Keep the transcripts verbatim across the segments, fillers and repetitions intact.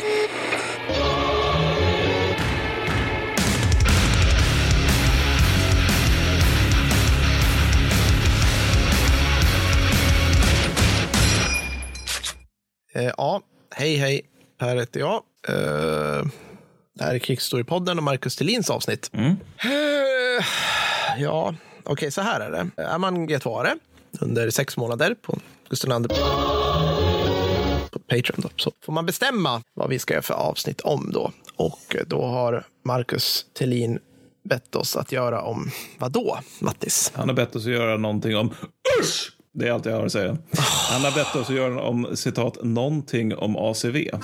Eh, ja, hej hej. Här heter jag. Eh, det här är Krigsstorypodden och Marcus Thelins avsnitt. Mm. Eh, ja, okej, okay, så här är det. Är man G två-are under sex månader på Gustav Lander på Patreon då, så får man bestämma vad vi ska göra för avsnitt om då. Och då har Marcus Thelin bett oss att göra om vad då, Mattis? Han har bett oss att göra någonting om usch! Det är allt jag har att säga. Han har bett oss att göra om, citat, någonting om A C V.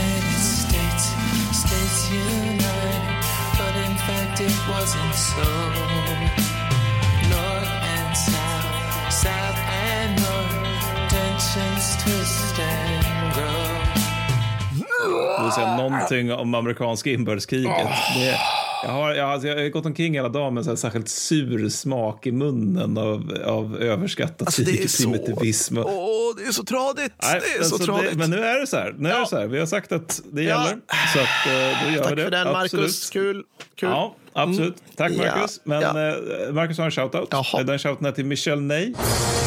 Det vill säga någonting om amerikanska inbördeskriget. Det Jag har, jag, har, jag har gått omkring hela dagen med så här särskilt sur smak i munnen av, av överskattat alltså, primitivism. Åh, oh, det är så tradigt. Nej, det är alltså, så tradigt. Det, men nu är det så här. Nu ja. är det så här. Vi har sagt att det ja. gäller. Så att, då gör Tack vi det. för den, absolut. Marcus. Kul. Kul. Ja, absolut. Tack, Marcus. Ja. Men ja. Uh, Marcus har en shoutout. Jaha. Den shouten är till Michel Nej.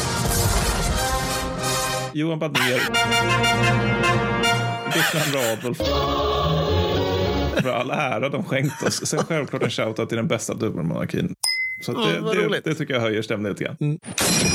Johan Badner. Gustav Radolf. För all ära de skänkt oss. Sen självklart en shoutout till den bästa dubbelmonarkin. Så det, oh, det, det tycker jag höjer stämningen lite grann. Mm.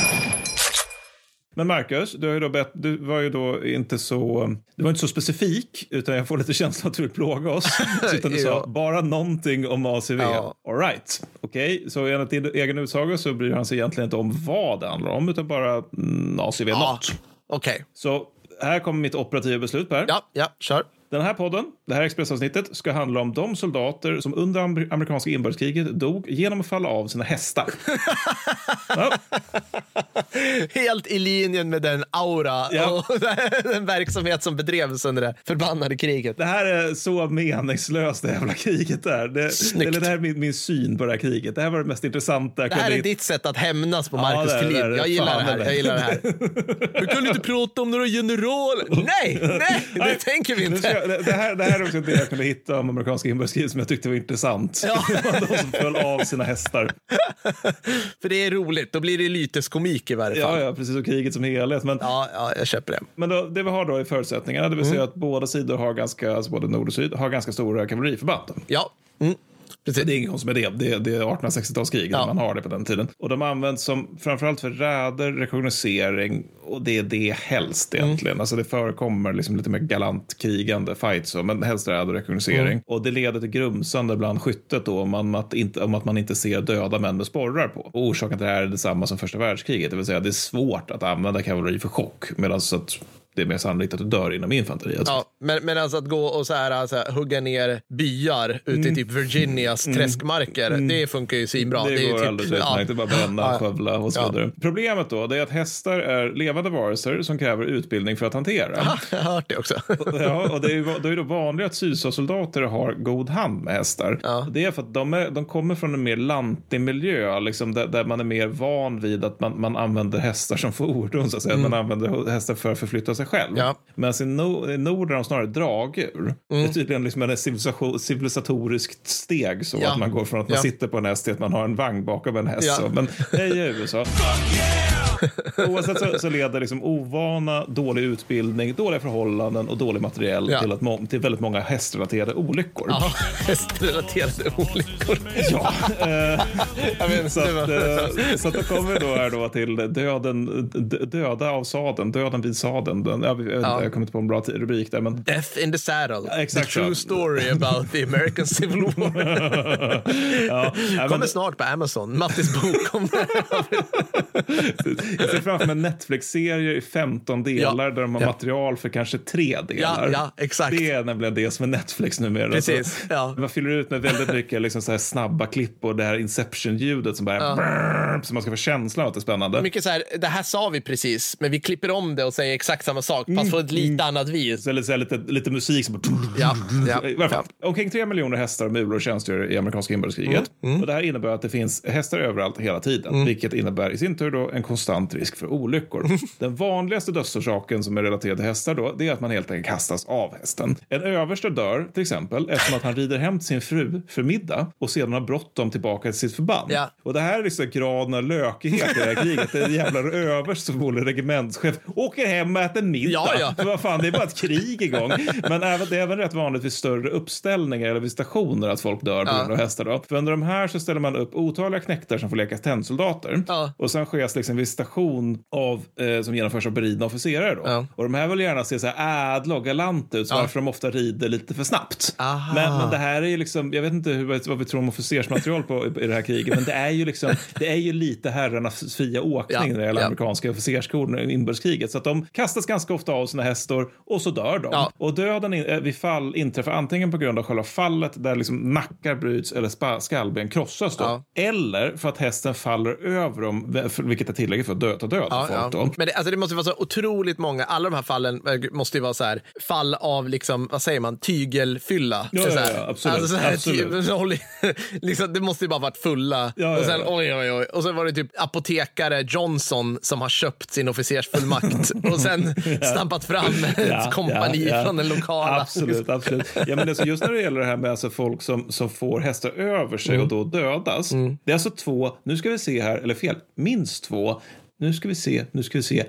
Men Marcus, du, har ju då bett, du var ju då inte så du var inte så specifik, utan jag får lite känsla att du vill plåga oss. Så utan du ja. sa bara någonting om A C V. Ja. All right. Okej, okay. Så enligt din egen utsago så bryr han sig egentligen inte om vad det handlar om, utan bara mm, A C V ja. något. Okej. Okay. Så här kommer mitt operativa beslut, Per. Ja, ja, kör. Den här podden, det här expressavsnittet, ska handla om de soldater som under amerikanska inbördeskriget dog genom att falla av sina hästar. Ja. Helt i linjen med den aura ja. och den verksamhet som bedrevs under det förbannade kriget. Det här är så meningslöst, det jävla kriget där. Det, eller det här är min, min syn på det här kriget. Det här var det mest intressanta. Det här är ditt sätt att hämnas på Marcus ja, Thelin. Jag gillar det här. Jag gillar det här. Du kan inte prata om några generaler. Nej, nej, det nej. tänker vi inte. Det här, det här är också det jag kunde hitta om amerikanska inbördeskriget som jag tyckte var intressant. Ja. De som föll av sina hästar. För det är roligt, då blir det lyteskomik i varje fall. Ja, ja, precis, och kriget som helhet. Men, ja, ja, jag köper det. Men då, det vi har då i förutsättningarna, det vill säga mm. att båda sidor har ganska, alltså både nord och syd, har ganska stora kavalleriförband. Ja, mm. Precis. Det är ingen konstigt med det. Det, det är artonhundrasextiotalskriget ja. man har det på den tiden. Och de används som framförallt för räder, rekognosering och det är det helst egentligen. Mm. Alltså det förekommer liksom lite mer galant krigande fights men helst räder och rekognosering. Mm. Och det leder till grumsande bland skyttet då om, man, att inte, om att man inte ser döda män med sporrar på. Och orsaken till det här är detsamma som första världskriget. Det vill säga det är svårt att använda kavalleri för chock medan så att det är mer sannolikt att du dör inom infanteriet. Ja, men, men alltså att gå och så här, alltså, hugga ner byar ute mm. i typ Virginias mm. träskmarker, mm. det funkar ju svinbra. Det, det går är alldeles typ, utmärkt, ja. bara bränna, ja. skövla och så ja. vidare. Problemet då det är att hästar är levande varelser som kräver utbildning för att hantera. Aha, jag har hört det också. Ja, och det är ju då är det vanligt att S Y S A-soldater har god hand med hästar. Ja. Det är för att de, är, de kommer från en mer lantig miljö, liksom, där, där man är mer van vid att man, man använder hästar som fordon, så att säga. Mm. Man använder hästar för att förflytta sig själv. Ja. Men i nord, nord är de snarare dragdjur. Mm. Det är tydligen liksom en civilisatoriskt steg så ja. att man går från att man ja. sitter på en häst till att man har en vagn bakom en häst. Ja. Så. Men det är ju U S A. Oavsett så, så leder liksom ovana, dålig utbildning, dåliga förhållanden och dålig materiell ja. till, att må, till väldigt många hästrelaterade olyckor. Ja, hästrelaterade olyckor. Ja. Eh, jag vet, så, att, eh, så att då kommer vi då här då till döden, döda av sadeln, döden vid sadeln. Den, jag, jag, ja. jag kommer inte på en bra rubrik där. Men... Death in the saddle. Ja, exakt, the true story about the American Civil War. Ja, kommer men... snart på Amazon. Mattis bok kommer. Jag ser framför mig Netflix-serier i femton delar ja, där de har ja. material för kanske tre delar. Ja, ja, exakt. Det är nämligen det som är Netflix numera. Precis, så, ja. Man fyller ut med väldigt mycket liksom, så här snabba klipp och det här Inception-ljudet som bara ja. brrr, så man ska få känslan att det är spännande. Mycket så här, det här sa vi precis, men vi klipper om det och säger exakt samma sak, fast på ett lite mm. annat vis. Så lite, så här, lite, lite musik som bara... Ja, ja, ja. Omkring tre miljoner hästar och mulor tjänstgör i amerikanska inbördeskriget. Mm. Mm. Och det här innebär att det finns hästar överallt hela tiden, mm. vilket innebär i sin tur då en konstant konstant risk för olyckor. Den vanligaste dödsorsaken som är relaterad till hästar då, det är att man helt enkelt kastas av hästen. En överste dör till exempel eftersom att han rider hem till sin fru för middag och sedan har bråttom tillbaka till sitt förband. Ja. Och det här är liksom graden av lökighet i det här kriget. Det är en jävla överst som bor regementschef åker hem och äter middag. Ja, ja. För vad fan, det är bara ett krig igång. Men även, det är även rätt vanligt vid större uppställningar eller vid stationer att folk dör på grund av hästar då. För under de här så ställer man upp otaliga knektar som får leka tennsoldater. Ja. Och sen sker liksom visitation av, eh, som genomförs av beridna officerare då. Ja. Och de här vill gärna se så här ädla och galanta ut, så ja. varför de ofta rider lite för snabbt. Men, men det här är ju liksom, jag vet inte hur, vad vi tror om officersmaterial på i det här kriget, men det är ju liksom, det är ju lite herrarnas fria åkning ja. när det gäller ja. amerikanska officerskåren i inbördeskriget. Så att de kastas ganska ofta av sina hästar och så dör de. Ja. Och döden in, vid fall inträffar antingen på grund av själva fallet där liksom nackar bryts eller spa, skallben krossas då. Ja. Eller för att hästen faller över dem, vilket är tillräckligt för att döda död ja, folk då. Ja. Men det, alltså det måste vara så otroligt många, alla de här fallen måste ju vara så här, fall av liksom, vad säger man, tygelfylla. Ja, så ja, här, ja, absolut. Alltså så här, absolut. Ty, liksom, det måste ju bara varit fulla. Ja, och sen, ja, ja. oj, oj, oj. Och så var det typ apotekare Johnson som har köpt sin officersfullmakt och sen ja. stampat fram ett ja, kompani ja, ja. från den lokala. Absolut, absolut. Ja, men alltså, just när det gäller det här med alltså folk som, som får hästar över sig mm. och då dödas. Mm. Det är alltså två, nu ska vi se här, eller fel, minst två. Nu ska vi se, nu ska vi se.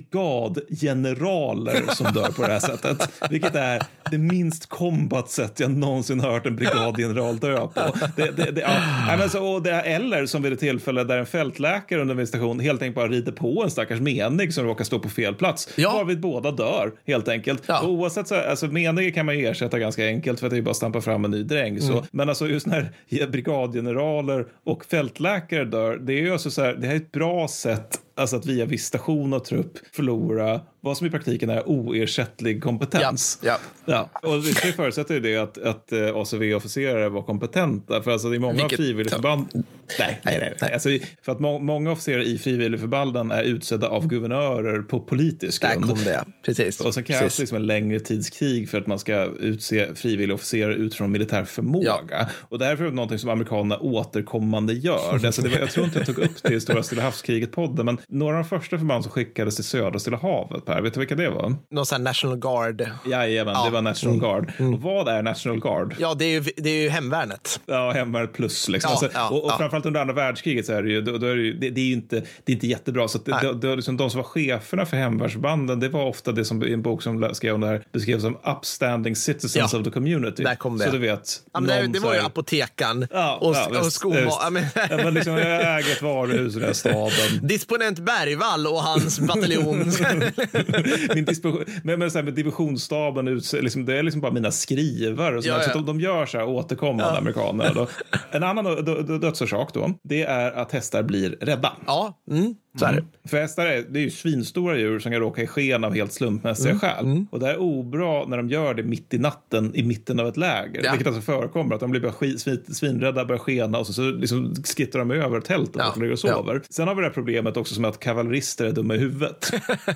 brigadgeneraler som dör på det här sättet. Vilket är det minst combat sätt jag någonsin hört en brigadgeneral dö på. Det, det, det, ja. alltså, och det är, eller som vid ett tillfälle där en fältläkare under en visitation helt enkelt bara rider på en stackars menig som råkar stå på fel plats. Ja. Varvid båda dör, helt enkelt. Ja. Och oavsett så, alltså menig kan man ju ersätta ganska enkelt för att det är bara att stampa fram en ny dräng. Mm. Så. Men alltså just när brigadgeneraler och fältläkare dör, det är ju alltså så här, det här är ett bra sätt alltså att via visitation av trupp förlora vad som i praktiken är oersättlig kompetens. Ja, ja. ja. Och det förutsätter ju det att, att A C V-officerare var kompetenta. För alltså det är många Vilket, frivilligförband... Ja. Nej, nej, nej. nej. Alltså, för att må- många officerare i frivilligförbanden är utsedda av guvernörer på politisk grund. Där kom det, precis. Och sen krävs det liksom en längre tidskrig för att man ska utse frivilligofficerare utifrån militär förmåga. Ja. Och därför är det någonting som amerikanerna återkommande gör. Alltså det var, jag tror inte jag tog upp det i Stora Stilla havskriget-podden, men några av de första förband som skickades till Södra Stilla havet, Per, vet du vilka det var? Någon sån här National Guard. Jajamän, ja. det var National Guard. Mm. Och vad är National Guard? Ja, det är ju, det är ju hemvärnet. Ja, hemvärnet plus liksom. Ja, alltså, ja, och och ja. framförallt under andra världskriget så är det ju, då, då är det, ju det, det är ju inte, det är inte jättebra. Så att det, det, det, liksom, de som var cheferna för hemvärnsbanden, det var ofta det som i en bok som skrev om det här beskrevs som upstanding citizens ja. of the community. Där kom det. Så du vet. Ja, men det, det var ju apotekan ja, och, ja, och skomal. Ja, men... ja, men liksom, jag äger ett varuhus i den här staden. Disponent Bergvall och hans bataljon. Min dispo- men, men så här, med divisionsstaben ut, liksom, det är liksom bara mina skrivar och så, ja, ja. så att de, de gör så här återkommande ja. amerikaner. Då. En annan dö- dö- dödsorsak då, det är att hästar blir rädda. Ja, mm. så är det. Mm. För hästar är, det är ju svinstora djur som kan råka i sken av helt slumpmässiga mm. skäl. Mm. Och det är obra när de gör det mitt i natten i mitten av ett läger. Ja. Vilket alltså förekommer att de blir bara skit, svin, svinrädda, börjar skena och så, så liksom skittar de över tältet ja. och ligger och sover. Ja. Sen har vi det här problemet också som att kavallerister är dumma i huvudet.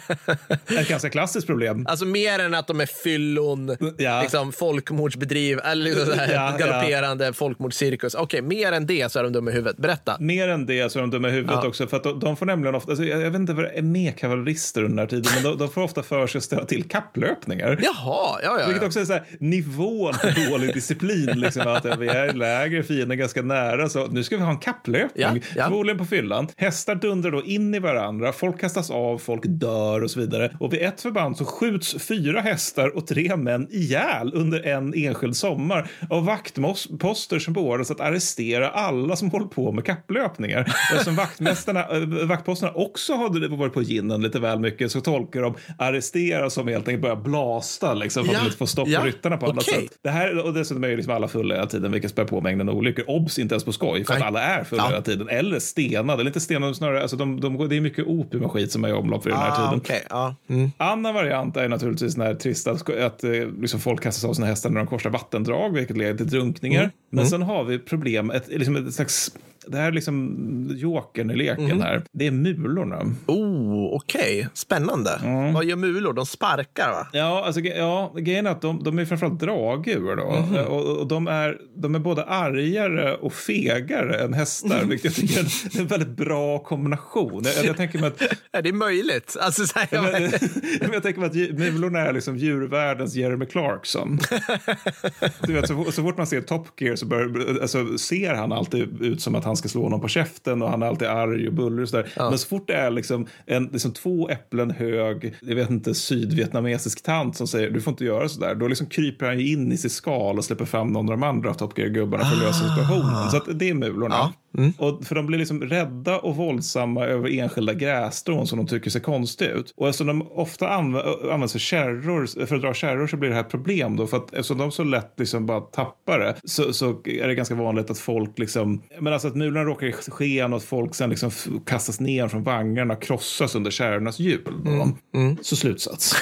Ett ganska klassiskt problem. Alltså mer än att de är fyllon, ja. liksom folkmordsbedriv eller liksom så här ja, galopperande ja. folkmordscirkus. Okej, okay, mer än det så är de dumma i huvudet. Berätta. Mer än det så är de dumma i huvudet ja. också. För att de, de får nämligen ofta, alltså, jag vet inte vad det är med kavallerister under den här tiden, men de, de får ofta för sig att ställa till kapplöpningar. Jaha, ja, ja. ja. Vilket också är så här, nivån på dålig disciplin. Liksom, att vi är i läger, fienden ganska nära, så nu ska vi ha en kapplöpning. Ja, ja. Förmodligen på fyllan. Hästar dundrar då in i varandra, folk kastas av, folk dör och så vidare. Och vid ett förband så skjuts fyra hästar och tre män ihjäl under en enskild sommar av vaktposter som beordras att arrestera alla som håller på med kapplöpningar. Eftersom vaktmästarna, vaktposterna också hade varit på ginnen lite väl mycket, så tolkar de arrestera som helt enkelt börjar blasta liksom, för ja, att inte få stopp på ja, ryttarna på okay. annat sätt. Det här, och dessutom är ju liksom alla fulla hela tiden, vilket spär på mängden olyckor. Obs, inte ens på skoj, för att alla är fulla ja. hela tiden. Eller stenade, eller inte stenade snarare. Alltså de, de, det är mycket opium och skit som är i omlopp för ah, den här tiden. Okay. Ah, mm. Annan variant är naturligtvis när trista att liksom, folk kastas av sina hästar när de korsar vattendrag, vilket leder till drunkningar. Mm. Men mm. sen har vi problem, ett, liksom ett slags det här är liksom jokern i leken mm. här. Det är mulorna. Oh, okej. Okay. Spännande. Mm. Vad gör mulor? De sparkar, va? Ja, alltså, ja, grejen är att de, de är framförallt dragdjur då. Mm. Och, och de, är, de är både argare och fegare än hästar. Mm. Vilket jag tycker är en väldigt bra kombination. Jag, jag tänker mig att... Är det möjligt? Alltså, så här, jag, jag, jag, jag tänker mig att mulorna är liksom djurvärldens Jeremy Clarkson. Du vet, så, så fort man ser Top Gear så bör, alltså, ser han alltid ut som att han ska slå någon på käften och han är alltid arg och buller och sådär. Ja. Men så fort det är liksom, en, liksom två äpplen hög, jag vet inte, sydvietnamesisk tant som säger du får inte göra sådär, då liksom kryper han in i sitt skal och släpper fram någon av de andra Top Gear-gubbarna för att lösa situationen. Så att det är mulorna. Ja. Mm. Och för de blir liksom rädda och våldsamma över enskilda grässtrån som de tycker ser konstigt ut. Och eftersom de ofta anv- används för kärror, för att dra kärror, så blir det här ett problem då. För att eftersom de så lätt liksom bara tappar det, så, så är det ganska vanligt att folk liksom, men alltså att mulorna råkar i sken och att folk sen liksom kastas ner från vagnarna och krossas under kärrornas hjul. Mm. Mm. Så slutsats.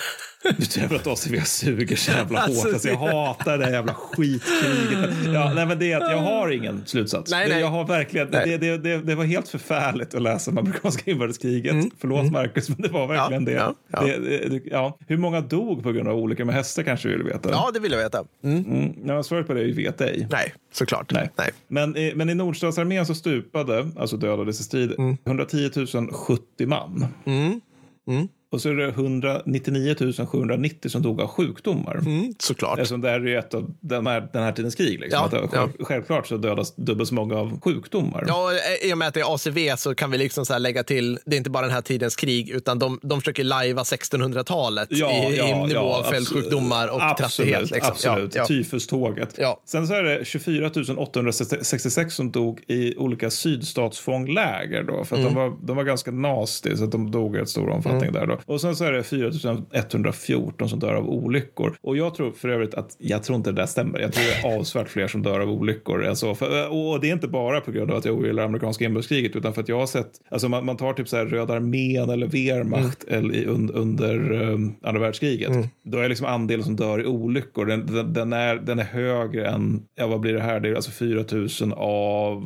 Du jävla att A C V suger så jävla hårt. Alltså, alltså, jag hatar det jävla skitkriget. Ja, nej, men det är att jag har ingen slutsats. Nej, nej. Jag har verkligen, det, det, det, det var helt förfärligt att läsa om amerikanska inbördeskriget. Mm. Förlåt mm. Marcus, men det var verkligen ja, det. Ja, ja. Det, det. Ja. Hur många dog på grund av olyckor med hästar kanske vill veta? Ja, det vill jag veta. Mm. Mm. Ja, svaret på det är ju vet ej. Nej, såklart. Nej. Nej. Men, men i Nordstatsarmén så stupade, alltså dödades i strid, mm. hundratio tusen sjuttio man. Mm. Mm. Och så är det hundranittionio tusen sjuhundranittio som dog av sjukdomar. Mm, såklart. Eftersom det är ju ett av den här, den här tidens krig. Liksom. Ja, att själv, ja. Självklart så dödas dubbelt så många av sjukdomar. Ja, i och med att det är A C V så kan vi liksom så här lägga till, det är inte bara den här tidens krig, utan de, de försöker lajva sextonhundratalet ja, i, ja, i nivå ja, av fältsjukdomar och absolut, trattighet. Liksom. Absolut, ja, ja. Tyfuståget. Ja. Sen så är det tjugofyra tusen åttahundrasextiosex som dog i olika sydstatsfångläger då. För att mm. de, var, de var ganska nasty, så att de dog i ett stor omfattning mm. där då. Och sen så är det fyra tusen etthundrafjorton som dör av olyckor. Och jag tror för övrigt att, jag tror inte det där stämmer. Jag tror det är avsvärt fler som dör av olyckor. Alltså, för, och det är inte bara på grund av att jag ogillar amerikanska inbördeskriget, utan för att jag har sett, alltså man, man tar typ så här Röda armén eller Wehrmacht mm. eller, un, under um, andra världskriget. Mm. Då är liksom andelen som dör i olyckor, den, den, den, är, den är högre än, ja vad blir det här? Det är alltså fyra tusen av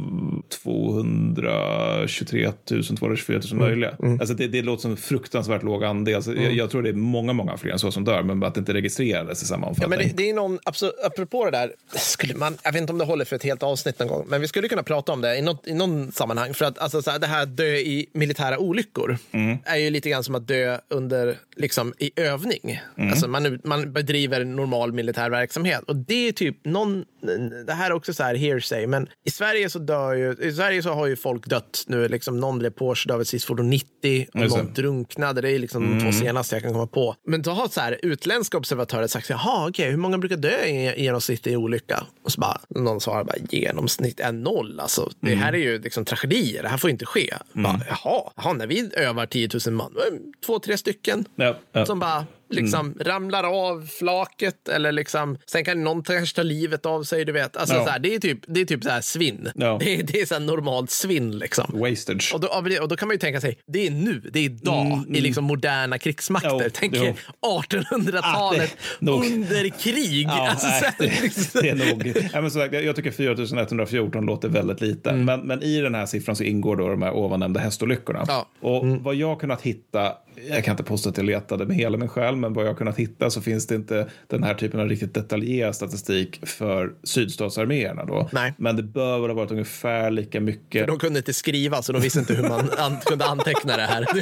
tvåhundratjugotre tusen, tvåhundratjugofyra tusen mm. möjliga. Mm. Alltså det, det låter som en fruktansvärt låg andel. Alltså, mm. jag, jag tror det är många, många fler än så som dör, men att det inte registrerades i samma omfattning. Ja, men det, det är någon, absolut, apropå det där, skulle man, jag vet inte om det håller för ett helt avsnitt någon gång, men vi skulle kunna prata om det i, något, i någon sammanhang, för att alltså, så här, det här dö i militära olyckor mm. är ju lite grann som att dö under, liksom, i övning. Mm. Alltså man, man bedriver normal militär verksamhet, och det är typ någon, det här är också så här hearsay, men i Sverige så dör ju, i Sverige så har ju folk dött nu, liksom någon blev påkörd av ett cisfordon nittio och mm. någon drunknade, det är liksom mm. de två senaste jag kan komma på. Men då har så här utländska observatörer sagt, jaha okej, okay, hur många brukar dö i genomsnitt i olycka? Och så bara, någon svarar bara, genomsnitt är noll, alltså. Det här är ju liksom tragedier, det här får inte ske. Mm. Bara, jaha, jaha, när vi övar tio tusen man, två, tre stycken ja, ja. som bara liksom mm. ramlar av flaket, eller liksom, sen kan någon kanske ta livet av sig, du vet. Alltså, no. så här, det är typ, det är typ så här svinn. No. Det, är, det är så här normalt svinn liksom. Wastage. Och då, och då kan man ju tänka sig, det är nu, det är idag mm, i liksom moderna krigsmakter. No, Tänk no. artonhundratalet ah, under krig. Ja, alltså, nej, det, det är nog. Ja, men så, jag, jag tycker fyra tusen etthundrafjorton låter väldigt lite. Mm. Men, men i den här siffran så ingår då de här ovannämnda hästolyckorna. Ja. Och mm. vad jag kunnat hitta, jag kan inte påstå att jag letade med hela min själ, men vad jag har kunnat hitta så finns det inte den här typen av riktigt detaljerad statistik för sydstatsarméerna då. Nej. Men det bör väl ha varit ungefär lika mycket. För de kunde inte skriva, så de visste inte hur man an- kunde anteckna det här.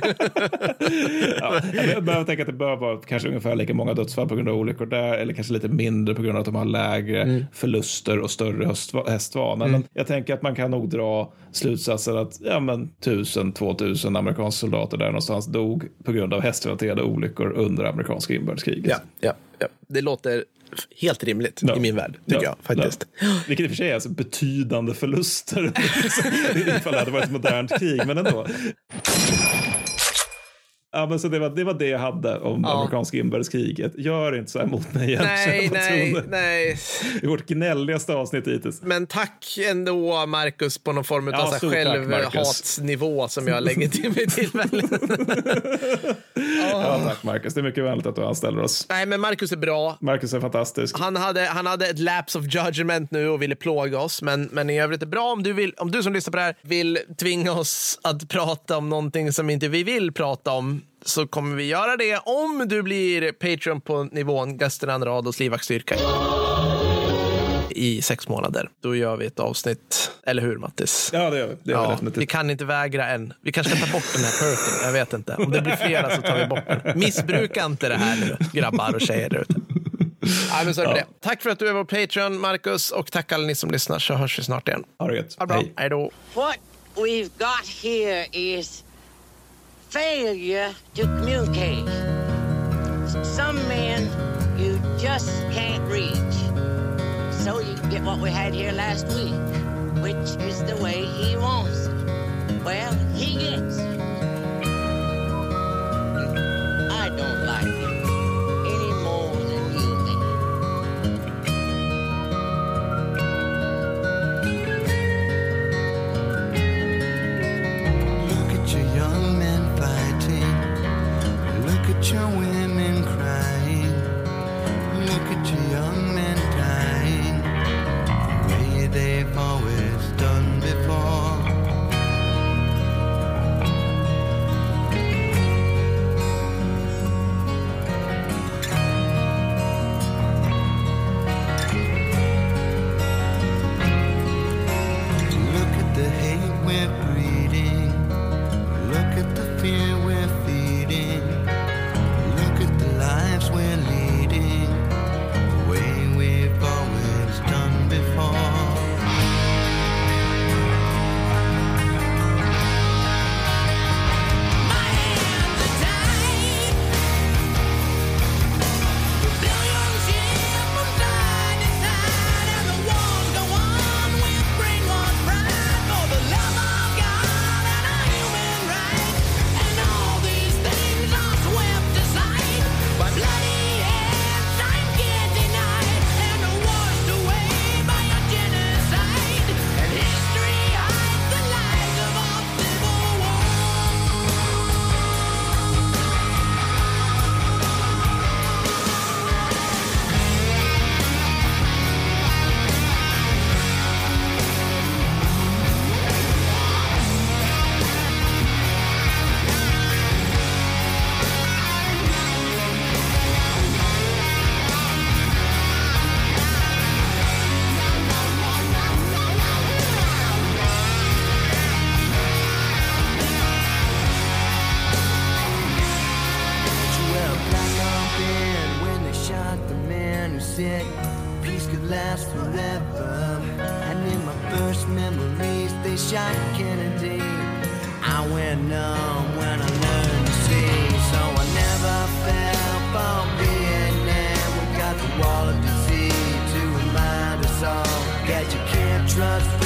Ja, jag bör tänka att det bör vara kanske ungefär lika många dödsfall på grund av olyckor där, eller kanske lite mindre på grund av att de har lägre mm. förluster och större hästvana. Mm. Men jag tänker att man kan nog dra slutsatsen att ja, men tusen, tvåtusen amerikanska soldater där någonstans dog på grund av hästrelaterade olyckor under amerikanska inbördeskriget. Ja, ja, ja. Det låter helt rimligt ja. i min värld, tycker ja. jag faktiskt. Ja. Vilket i och för sig är alltså betydande förluster ifall det hade varit ett modernt krig, men ändå. Ja, men så det var, det var det jag hade om ja. amerikanska inbördeskriget. Gör inte så här mot mig igen. Nej, nej, nej. I vårt gnälligaste avsnitt hittills. Men tack ändå, Marcus, på någon form av ja, självhatsnivå som jag lägger till mig tillfällen. oh. Ja, tack Marcus. Det är mycket vänligt att du anställer oss. Nej, men Marcus är bra. Marcus är fantastisk. Han hade, han hade ett lapse of judgment nu och ville plåga oss. Men, men i övrigt är det bra om du, vill, om du som lyssnar på det här vill tvinga oss att prata om någonting som inte vi vill prata om, så kommer vi göra det om du blir Patreon på nivån Gusten Rados livvaktstyrka i sex månader. Då gör vi ett avsnitt, eller hur Mattis? Ja, det gör vi. Det gör ja, vi definitivt. Vi kan inte vägra än. Vi kanske ska ta bort den här perken, jag vet inte. Om det blir flera så tar vi bort den. Missbruka inte det här nu, grabbar och tjejer där ute. Ja, men så är det. Ja. Tack för att du är vår Patreon, Marcus, och tack alla ni som lyssnar, så hörs vi snart igen. Ha det gött. Ha det bra. Hej. Hej då. What we've got here is failure to communicate. Some men you just can't reach. So you get what we had here last week, which is the way he wants it. Well, he gets it. I don't like it any more than you do. Look at your young men fighting. Look at your women crying. Look at your young men dying the way they've always done before. Look at the hate we're breeding. Look at the fear we're feeding. Look at the lives we're leading the way we've always done before. My hands are tied. The billions shift from side to side, and the wars go on with brainwashed pride for the love of God and a human right. And all these things are swept aside by bloody hands time can't deny, and are washed away by a genocide. And history hides the lies of our civil war. Did you wear a black armband when they shot the man who said peace could last forever? And in my first memories, they shot Kennedy. I went numb when I learned to see, so I never fell for Vietnam. We got the wall of disease to remind us all that you can't trust